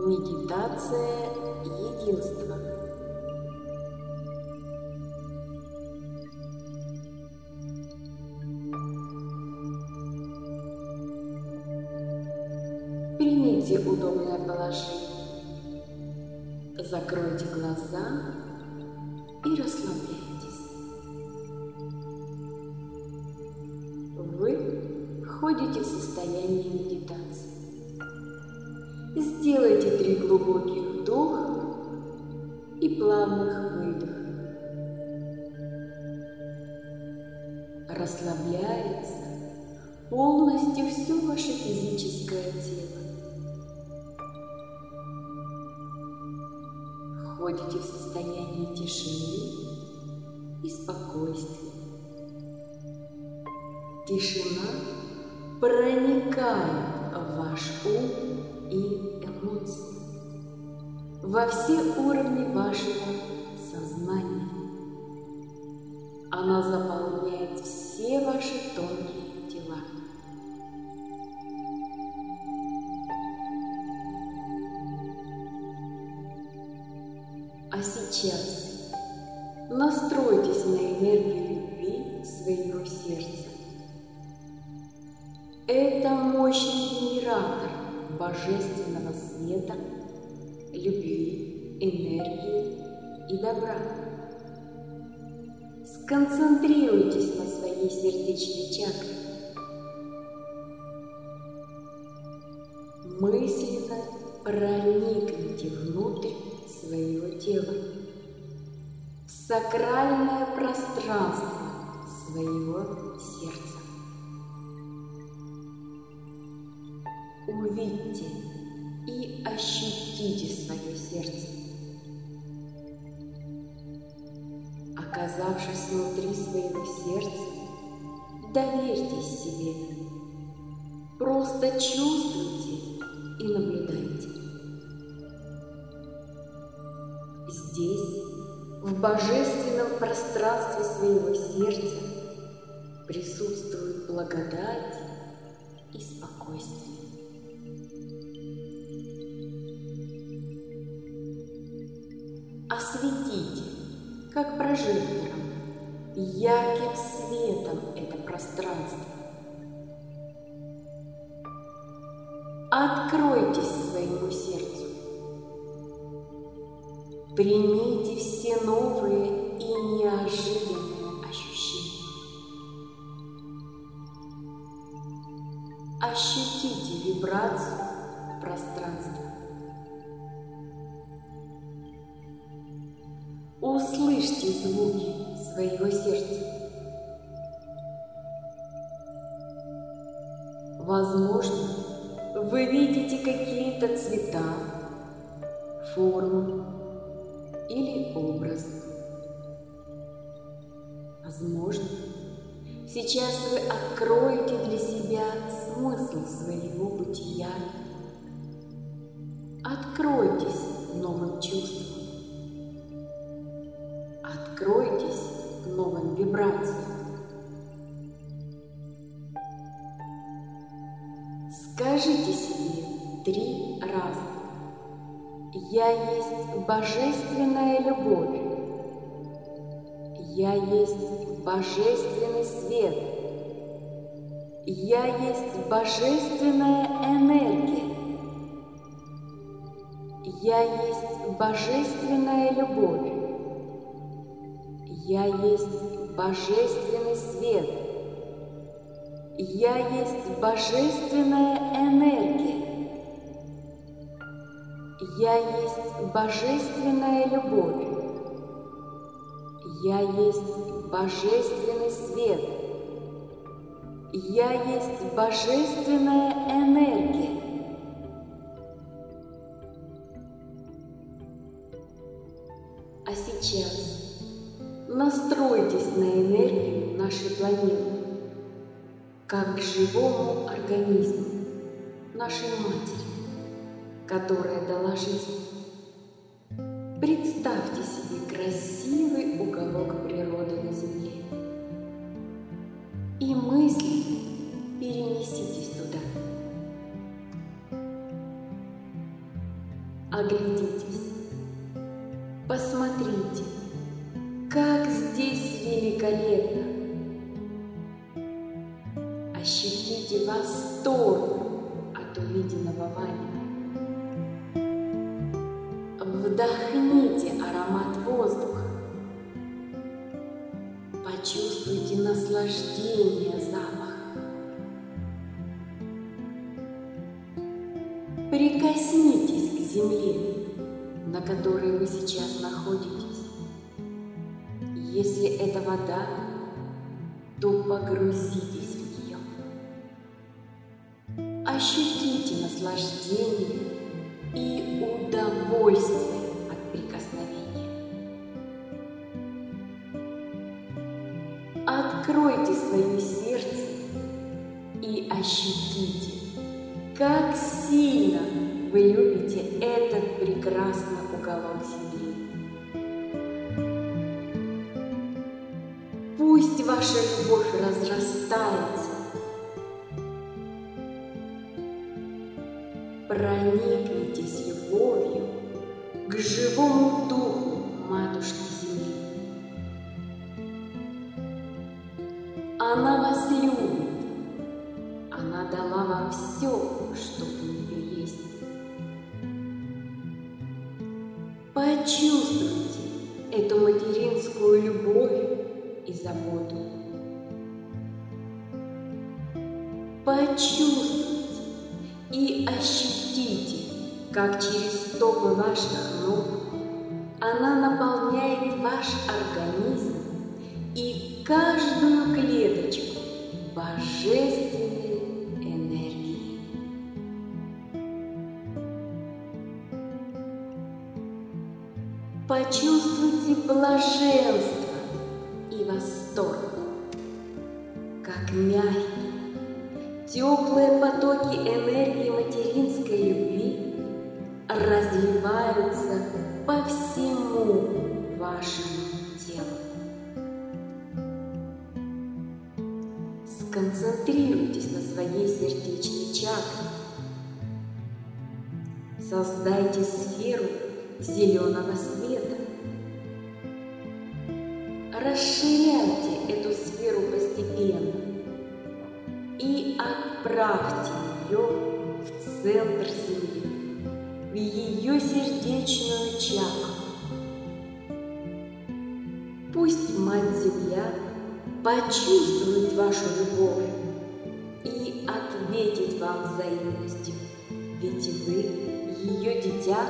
Медитация единства. Примите удобное положение. Закройте глаза и расслабляйтесь. Вы входите в состояние медитации. Сделайте 3 глубоких вдоха и плавных выдоха. Расслабляется полностью все ваше физическое тело. Входите в состояние тишины и спокойствия. Тишина проникает в ваш ум и эмоции, во все уровни вашего сознания. Она заполняет все ваши тонкие тела. А сейчас настройтесь на энергию любви своего сердца. Это мощный генератор божественного света, любви, энергии и добра. Сконцентрируйтесь на своей сердечной чакре. Мысленно проникните внутрь своего тела, в сакральное пространство своего сердца. Увидьте и ощутите свое сердце. Оказавшись внутри своего сердца, доверьтесь себе. Просто чувствуйте и наблюдайте. Здесь, в божественном пространстве своего сердца, присутствует благодать и спокойствие. Осветите, как прожектором, ярким светом это пространство. Откройтесь своему сердцу. Примите все новые и неожиданные ощущения. Ощутите вибрацию пространства. Услышьте звуки своего сердца. Возможно, вы видите какие-то цвета, формы или образы. Возможно, сейчас вы откроете для себя смысл своего бытия. Откройтесь новым чувствам. Откройтесь новым вибрациям. Скажите себе 3 раза: «Я есть божественная любовь. Я есть божественный свет. Я есть божественная энергия. Я есть божественная любовь. Я есть божественный свет. Я есть божественная энергия. Я есть божественная любовь. Я есть божественный свет. Я есть божественная энергия». А сейчас настройтесь на энергию нашей планеты, как к живому организму, нашей матери, которая дала жизнь. Представьте себе красивый уголок природы на Земле и мысленно перенеситесь туда. Оглядитесь, посмотрите, как здесь великолепно. Ощутите восторг от увиденного вами. Вдохните аромат воздуха. Почувствуйте наслаждение запаха. Прикоснитесь к земле, на которой вы сейчас находитесь. Если это вода, то погрузитесь в нее. Ощутите наслаждение и удовольствие от прикосновения. Откройте свое сердце и ощутите, как сильно вы любите этот прекрасный уголок земли. Пусть ваша любовь разрастается. Проникнитесь любовью к живому духу Матушки Земли. Она вас любит. Она дала вам все, что у нее есть. Почувствуйте эту материнскую любовь и заботу. Почувствуйте и ощутите, как через стопы ваших ног она наполняет ваш организм и каждую клеточку божественной энергией. Почувствуйте блаженство и восторг, как мягкие, теплые потоки энергии материнской любви разливаются по всему вашему телу. Сконцентрируйтесь на своей сердечной чакре. Создайте сферу зеленого света. Расширяйте эту сферу постепенно и отправьте ее в центр Земли, в ее сердечную чакру. Пусть Мать-Земля почувствует вашу любовь и ответит вам взаимностью, ведь вы ее дитя.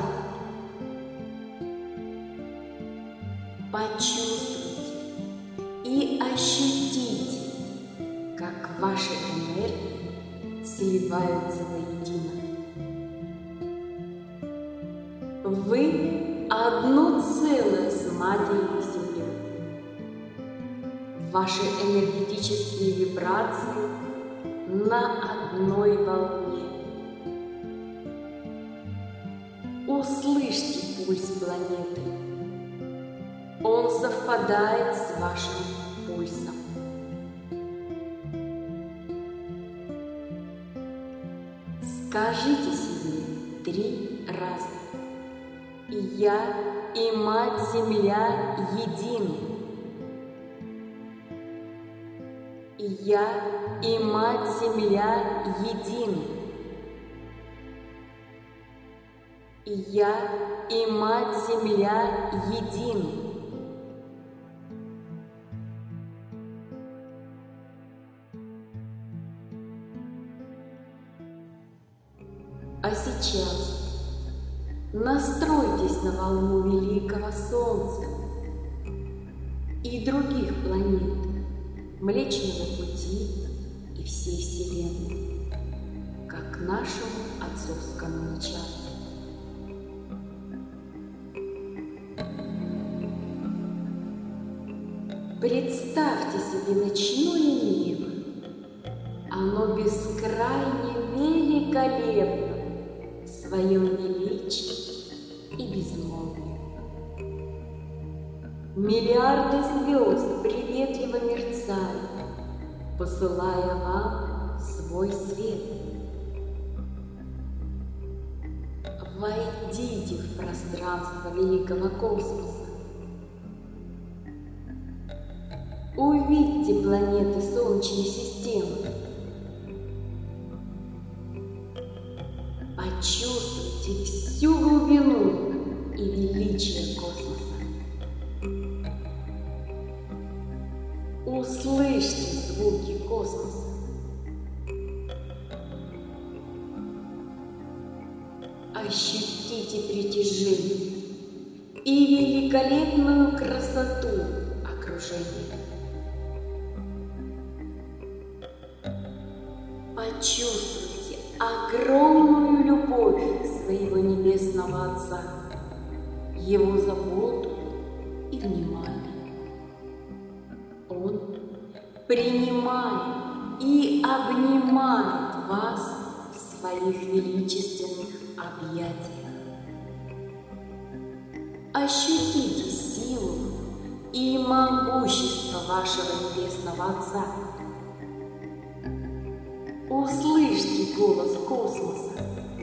Почувствуйте и ощутите, как ваши энергии сливаются воедино. Вы одно целое с Матерью Землей. Ваши энергетические вибрации на одной волне. Услышьте пульс планеты. Он совпадает с вашим пульсом. Скажите себе 3 раза: «Я и Мать-Земля едины». «Я и Мать-Земля едины». «Я и Мать-Земля едины». А сейчас настройтесь на волну великого Солнца и других планет, Млечного Пути и всей Вселенной, как к нашему отцовскому началу. Представьте себе ночное небо. Оно бескрайне великолепно в своем величии и безмолвии. Миллиарды звезд приветливо мерцают, посылая вам свой свет. Войдите в пространство великого космоса. Увидьте планеты Солнечной системы. Почувствуйте всю глубину и величие космоса. Услышьте звуки космоса. Ощутите притяжение и великолепную красоту окружения. Почувствуйте огромную любовь своего Небесного Отца, Его заботу и внимание. Он принимает и обнимает вас в своих величественных объятиях. Ощутите силу и могущество вашего Небесного Отца. Услышьте голос космоса.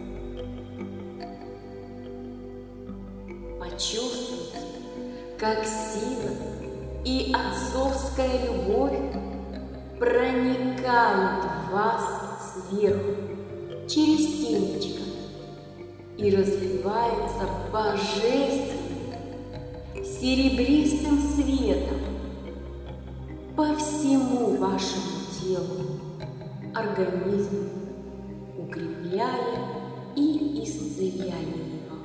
Почувствуйте, как сила и отцовская любовь проникают в вас сверху, через темечко, и разливается божественным серебристым светом по всему вашему телу, организму, укрепляя и исцеляя его.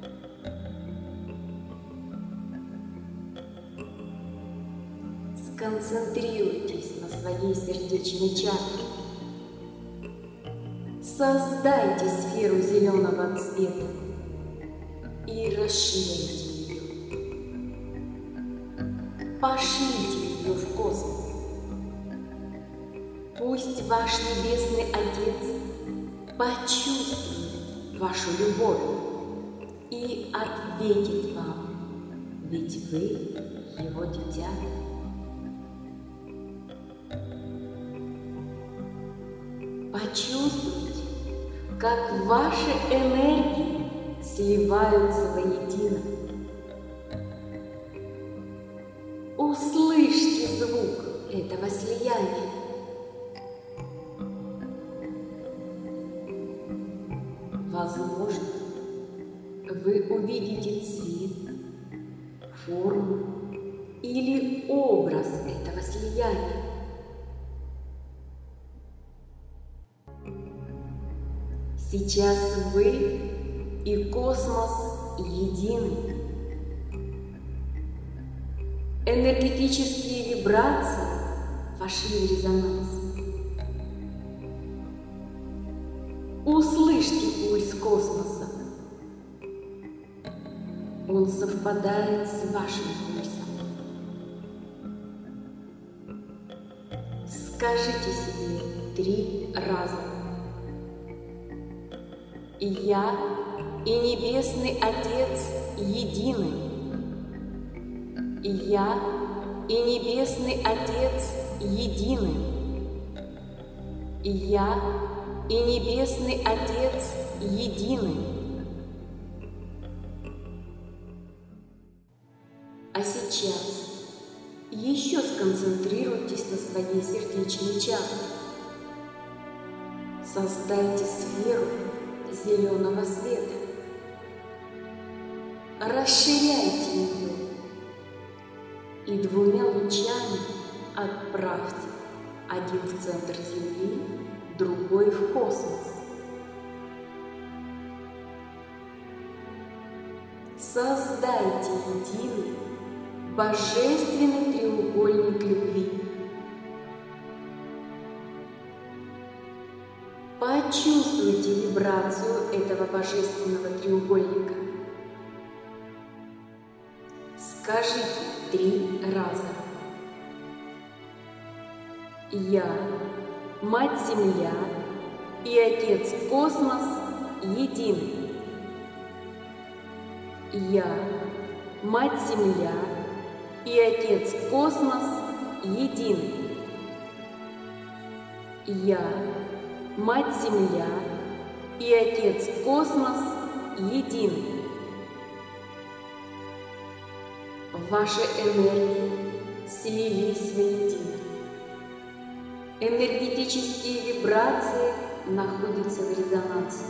Сконцентрируйтесь на своей сердечной чакре. Создайте сферу зеленого цвета и расширяйте ее. Пошлите ее в космос. Пусть ваш Небесный Отец почувствует вашу любовь и ответит вам, ведь вы Его дитя. Почувствуйте, как ваши энергии сливаются воедино. Услышьте звук этого слияния. Возможно, вы увидите цвет, форму или образ этого слияния. Сейчас вы и космос едины. Энергетические вибрации вошли в резонанс. Услышьте пульс космоса. Он совпадает с вашим пульсом. Скажите себе 3 раза. Я и Небесный Отец едины. Я и Небесный Отец едины. Я и Небесный Отец едины. А сейчас еще сконцентрируйтесь на своей сердечной чакре. Создайте сферу зеленого света. Расширяйте ее и 2 лучами отправьте один в центр Земли, другой в космос. Создайте единый божественный треугольник любви. Почувствуйте вибрацию этого божественного треугольника. Скажите 3 раза. Я, Мать-Земля и Отец-Космос едины. Я, Мать-Земля и Отец-Космос едины. Я, Мать-Земля и Отец-Космос едины. Ваши энергии слились воедино. Энергетические вибрации находятся в резонансе.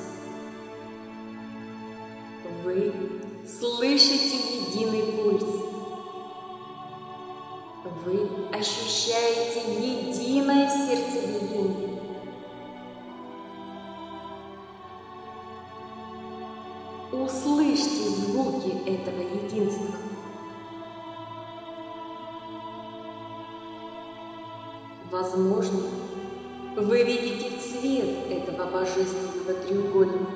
Вы слышите единый пульс. Вы ощущаете единое сердцебиение. Услышьте звуки этого единства. Возможно, вы видите цвет этого божественного треугольника.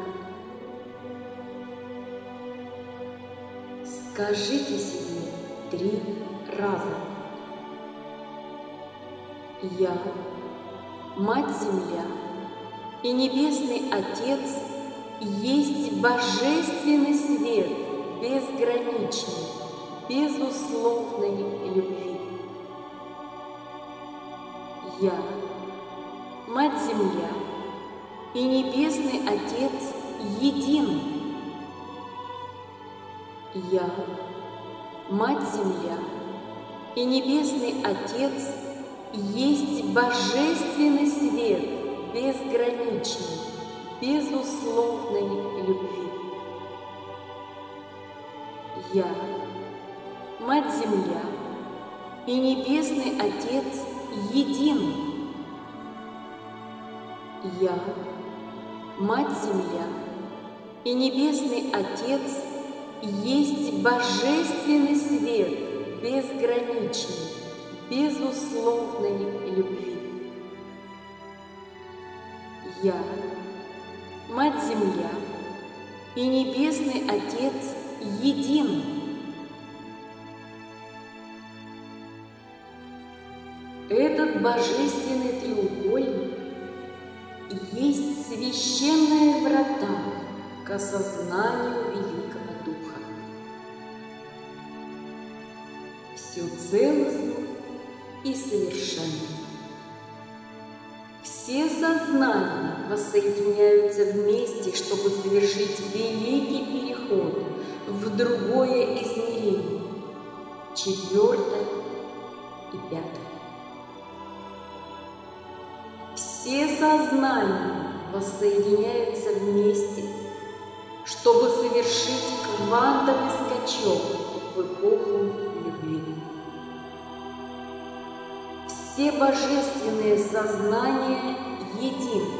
Скажите себе 3 раза. Я, Мать-Земля и Небесный Отец есть божественный свет безграничной, безусловной любви. Я, Мать-Земля и Небесный Отец едины. Я, Мать-Земля и Небесный Отец есть божественный свет безграничной, безусловной любви. Я, Мать-Земля и Небесный Отец едины. Я, Мать-Земля и Небесный Отец есть божественный свет безграничной, безусловной любви. Я, Мать-Земля и Небесный Отец едины. Этот божественный треугольник есть священные врата к осознанию Великого Духа. Все целостно и совершенно. Все сознания воссоединяются вместе, чтобы совершить великий переход в другое измерение, 4-е и 5-е. Все сознания воссоединяются вместе, чтобы совершить квантовый скачок в эпоху любви. Все божественные сознания едины.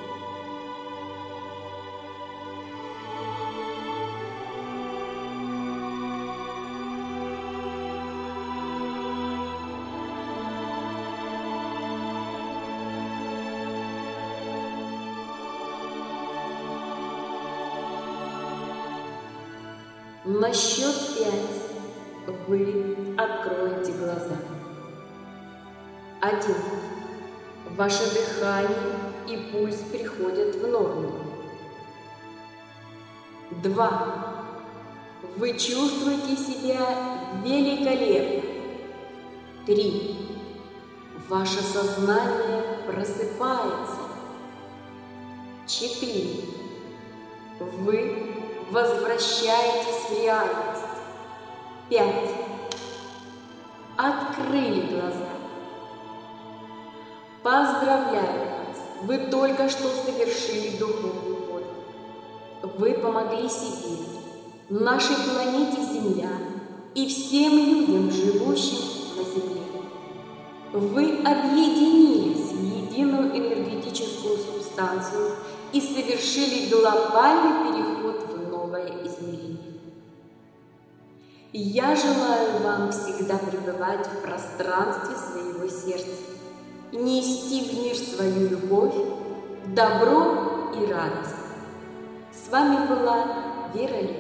На счет 5 вы откроете глаза. 1. Ваше дыхание и пульс приходят в норму. 2. Вы чувствуете себя великолепно. 3. Ваше сознание просыпается. 4. Вы возвращаетесь в реальность. 5. Открыли глаза. Поздравляю вас! Вы только что совершили духовный подвиг. Вы помогли себе, нашей планете Земля и всем людям, живущим на Земле. Вы объединились в единую энергетическую субстанцию и совершили глобальный переход в новое измерение. Я желаю вам всегда пребывать в пространстве своего сердца, нести в мир свою любовь, добро и радость. С вами была Вера Ли.